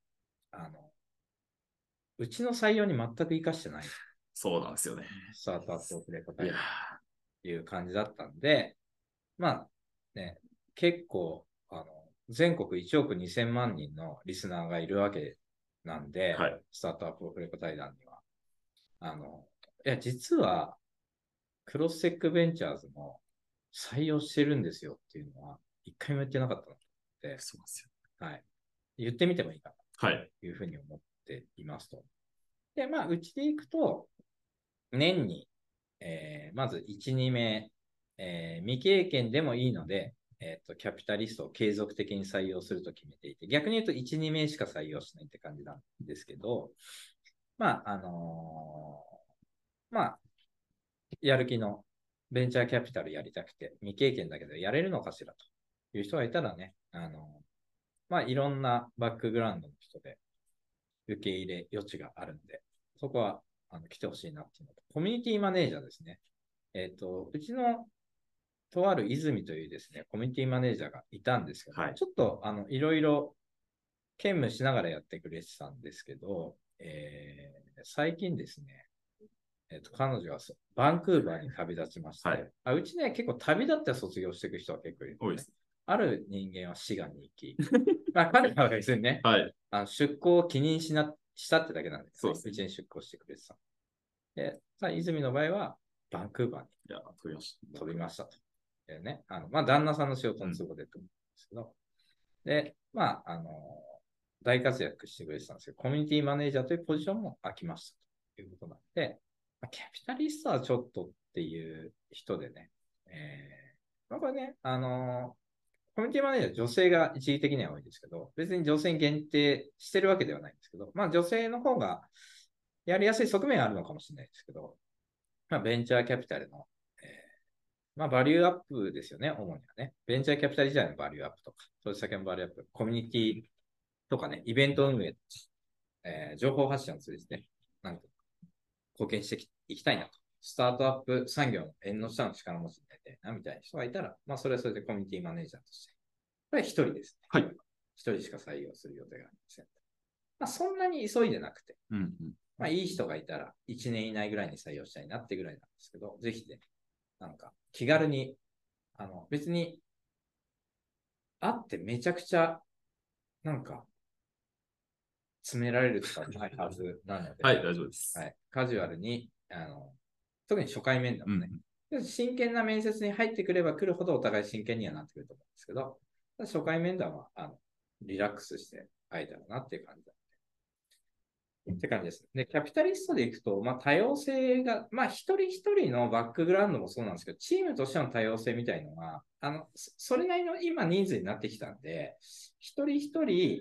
Speaker 1: うちの採用に全く活かしてない。
Speaker 2: そうなんですよね。
Speaker 1: スタートアップ遅れ答えという感じだったんで、まあね、結構、全国1億2000万人のリスナーがいるわけなんで、
Speaker 2: はい、
Speaker 1: スタートアップオフレコ対談には。いや、実は、クロステックベンチャーズも採用してるんですよっていうのは、一回も言ってなかったので、
Speaker 2: そうですよ。
Speaker 1: はい。言ってみてもいいか
Speaker 2: な
Speaker 1: というふうに思っていますと。で、まあ、うちでいくと、年に、まず1、2名、未経験でもいいので、キャピタリストを継続的に採用すると決めていて、逆に言うと1、2名しか採用しないって感じなんですけど、まあ、まあ、やる気のベンチャーキャピタルやりたくて、未経験だけどやれるのかしらという人がいたらね、まあ、いろんなバックグラウンドの人で受け入れ余地があるんで、そこは来てほしいなっていうのと、コミュニティマネージャーですね。うちのとある泉というですね、コミュニティマネージャーがいたんですけど、
Speaker 2: はい、
Speaker 1: ちょっといろいろ兼務しながらやってくれてたんですけど、最近ですね、彼女はバンクーバーに旅立ちまして、うちね、結構旅立って卒業していく人は結構いる、ね。
Speaker 2: 多いです。
Speaker 1: ある人間は滋賀に行き、まあ、彼らは別にね、
Speaker 2: はい、
Speaker 1: 出向を気にしたってだけなんです
Speaker 2: よ、ね。う
Speaker 1: ちに出向してくれてた。で、泉の場合は、バンクーバーに飛びましたと。でね、まあ、旦那さんの仕事の都合でと思うんですけど、で、まあ、大活躍してくれてたんですけど、コミュニティマネージャーというポジションも空きましたということなんで、キャピタリストはちょっとっていう人でね、これね、コミュニティマネージャー女性が一時的には多いですけど、別に女性に限定してるわけではないんですけど、まあ女性の方がやりやすい側面があるのかもしれないですけど、まあベンチャーキャピタルの、まあバリューアップですよね、主にはね。ベンチャーキャピタル時代のバリューアップとか、投資先のバリューアップ、コミュニティとかね、イベント運営、情報発信を通じて、なんか貢献していきたいなと。スタートアップ産業の縁の下の力持ちになりたいなみたいな人がいたら、まあそれはそれでコミュニティマネージャーとして。これは一人ですね。
Speaker 2: はい。
Speaker 1: 一人しか採用する予定がありません。まあそんなに急いでなくて、まあいい人がいたら1年以内ぐらいに採用したいなってぐらいなんですけど、ぜひね、なんか気軽に、別に会ってめちゃくちゃ、なんか、詰められるとかないはずなので、
Speaker 2: はい、大丈夫です。
Speaker 1: はい、カジュアルに、特に初回面談もね、真剣な面接に入ってくれば来るほどお互い真剣にはなってくると思うんですけど、初回面談はリラックスして会えたらなっていう感じだって感じです。で、キャピタリストでいくと、まあ、多様性が、まあ、一人一人のバックグラウンドもそうなんですけど、チームとしての多様性みたいのが、それなりの今ニーズになってきたんで、一人一人、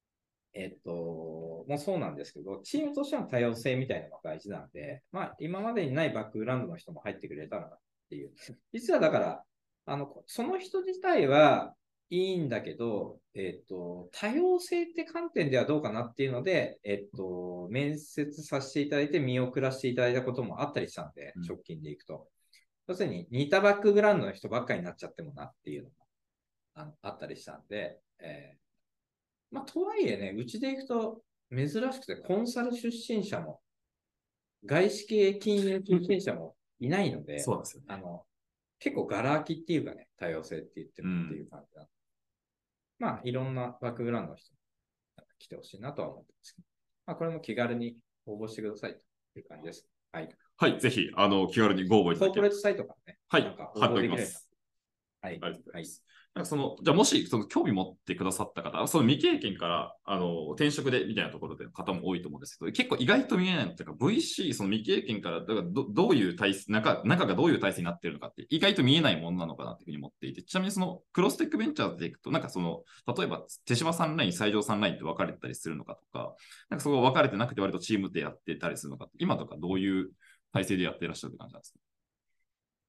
Speaker 1: もうそうなんですけど、チームとしての多様性みたいなのが大事なんで、まあ、今までにないバックグラウンドの人も入ってくれたらなっていう。実はだから、その人自体はいいんだけど、多様性って観点ではどうかなっていうので、面接させていただいて見送らせていただいたこともあったりしたんで、直近でいくと。要するに似たバックグラウンドの人ばっかりになっちゃってもなっていうのがあったりしたんで、まあ、とはいえね、うちで行くと珍しくてコンサル出身者も、外資系金融出身者もいないので、
Speaker 2: そうですよね。
Speaker 1: 結構ガラ空きっていうかね、多様性って言ってるっていう感じだ。まあ、いろんなバックグラウンドの人来てほしいなとは思ってますけど、まあ、これも気軽に応募してくださいという感じです。はい。
Speaker 2: はい、ぜひ、気軽にご応募いただければ。
Speaker 1: コーポレートサイトからね、
Speaker 2: はい、
Speaker 1: なんか応募できる。
Speaker 2: はい。ありがとうございます。なんかじゃあもし興味持ってくださった方、その未経験から転職でみたいなところで方も多いと思うんですけど、結構意外と見えないのっていうか、VC、その未経験からだからどういう体制中がどういう体制になっているのかって、意外と見えないものなのかなっていうふうに思っていて、ちなみにそのクロステックベンチャーズでいくと、なんか例えば手島さんライン、西条さんラインって分かれてたりするのかとか、なんかそこ分かれてなくて割とチームでやってたりするのか、今とかどういう体制でやっていらっしゃるって感じなんですか？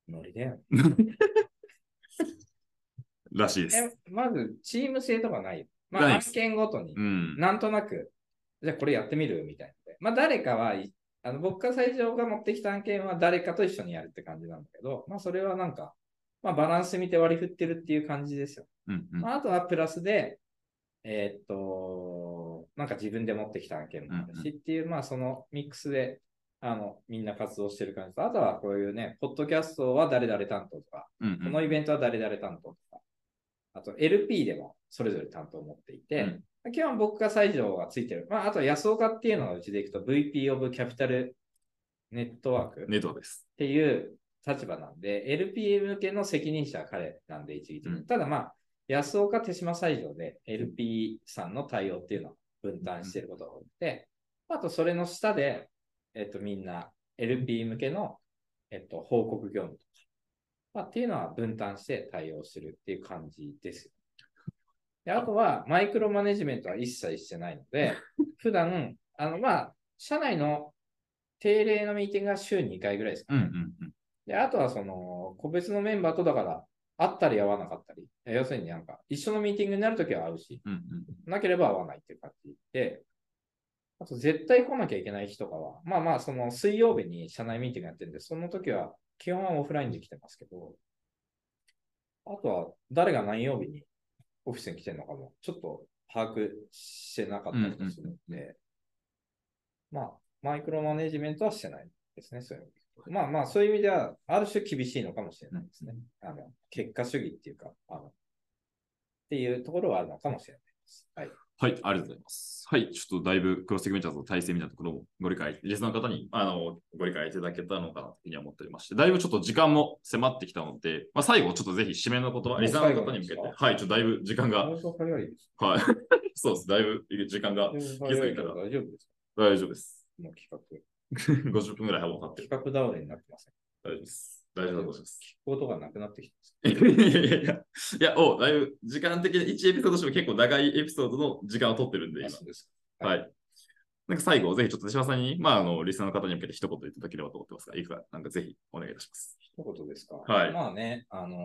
Speaker 1: ノリだよ。
Speaker 2: らしいです。
Speaker 1: まず、チーム制とかないよ。まあ、案
Speaker 2: ないです
Speaker 1: 件ごとに
Speaker 2: う、ん。
Speaker 1: なんとなく、じゃあこれやってみるみたいなので。まあ、誰かは、僕が最初が持ってきた案件は誰かと一緒にやるって感じなんだけど、まあ、それはなんか、まあ、バランス見て割り振ってるっていう感じですよ。
Speaker 2: うんうん
Speaker 1: まあ、あとはプラスで、なんか自分で持ってきた案件もあるしっていう、まあそのミックスで、みんな活動してる感じと、あとはこういうね、ポッドキャストは誰々担当とか、
Speaker 2: うんうん
Speaker 1: このイベントは誰々担当とか、あと LP でもそれぞれ担当を持っていて、基本僕が西条がついてる。まあ、あと安岡っていうのがうちでいくと VP of Capital ネットワーク
Speaker 2: ネットワークです。
Speaker 1: っていう立場なんで、LP 向けの責任者は彼なんで一義的に。ただまあ、安岡手島西条で LP さんの対応っていうのを分担していることが多くて、あとそれの下で、みんな LP 向けの、報告業務とか、まあ、っていうのは分担して対応してるっていう感じですよ。であとは、マイクロマネジメントは一切してないので、普段、まあ、社内の定例のミーティングが週2回ぐらいですかね。で、あとはその、個別のメンバーとだから、会ったり会わなかったり、要するになんか、一緒のミーティングになるときは会うし、なければ会わないっていう感じで、あと絶対来なきゃいけない日とかは、まあまあ、その水曜日に社内ミーティングやってるんで、その時は基本はオフラインで来てますけど、あとは誰が何曜日にオフィスに来てるのかも、ちょっと把握してなかったりもするので、まあ、マイクロマネジメントはしてないですね、そういう意味で。まあまあ、そういう意味では、ある種厳しいのかもしれないですね。結果主義っていうか、っていうところはあるのかもしれないです。はい。
Speaker 2: はい、ありがとうございます。はい、ちょっとだいぶクロスセグメンターズの体制みたいなところもご理解、リスナーの方にご理解いただけたのかなというふうに思っておりまして、だいぶちょっと時間も迫ってきたので、まあ、最後ちょっとぜひ締めの言葉、リスナーの方に向けて、はい、ちょっとだいぶ時間が、はい、そうです、だいぶ時間が気づいたら、
Speaker 1: 大丈夫ですか？
Speaker 2: 大丈夫です。
Speaker 1: もう企画。
Speaker 2: 50分ぐらいもう経ってる。
Speaker 1: 企画倒れになってません。
Speaker 2: 大丈夫です。大丈夫だと思います。
Speaker 1: 聞くことがなくなってき
Speaker 2: てます。いや、だいぶ時間的に1エピソードとしても結構長いエピソードの時間を取ってるんで、今。はい。なんか最後、ぜひちょっと手島さんに、リスナーの方に向けて一言いただければと思ってますが、いくか、なんかぜひお願いいたします。
Speaker 1: 一言ですか？
Speaker 2: はい。
Speaker 1: まあね、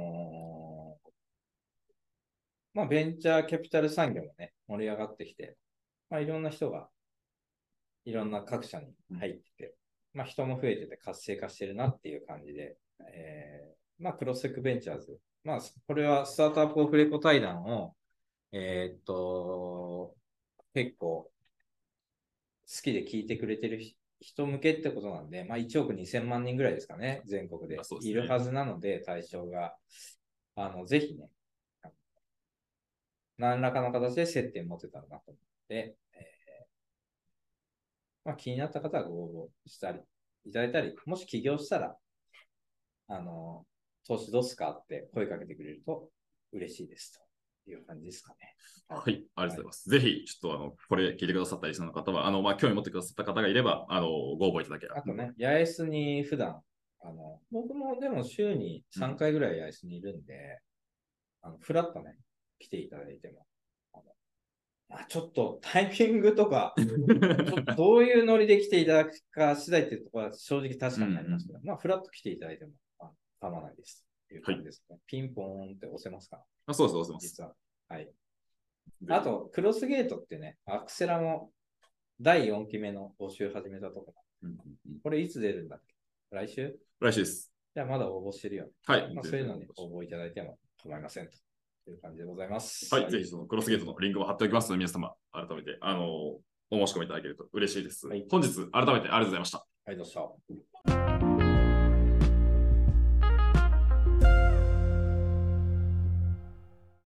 Speaker 1: まあベンチャーキャピタル産業もね、盛り上がってきて、まあいろんな人が、いろんな各社に入ってて、まあ人も増えてて活性化してるなっていう感じで、まあクロスセクベンチャーズ、まあこれはスタートアップオフレコ対談を、結構好きで聞いてくれてる人向けってことなんで、まあ1億2000万人ぐらいですかね、全国でいるはずなので、対象が。ぜひね、何らかの形で接点持てたらなと思って、まあ、気になった方はご応募したり、いただいたり、もし起業したら、投資どうすかって声かけてくれると嬉しいですという感じですかね。
Speaker 2: はい、ありがとうございます。ぜひ、ちょっとこれ聞いてくださったりその方は、興味持ってくださった方がいれば、ご応募いただければ。
Speaker 1: あとね、八重洲に普段、僕もでも週に3回ぐらい八重洲にいるんで、フラッとね、来ていただいても、ちょっとタイミングとか、どういうノリで来ていただくか次第っていうところは正直確かになりますけど、まあ、フラッと来ていただいても構わないです。という感じですね。ピンポーンって押せますか？
Speaker 2: そうです、押せます。
Speaker 1: 実は。はい。あと、クロスゲートってね、アクセラも第4期目の募集始めたところ。これいつ出るんだっけ？来週？
Speaker 2: 来週です。
Speaker 1: じゃあまだ応募してるよね。
Speaker 2: はい。
Speaker 1: まあ、そういうのに応募いただいても構いませんと。という感じでございます。
Speaker 2: はい。ぜひそのクロスゲートのリンクも貼っておきますので、皆様、改めて、お申し込みいただけると嬉しいです。はい、本日、改めてありがとうございました。
Speaker 1: ありがとうございました。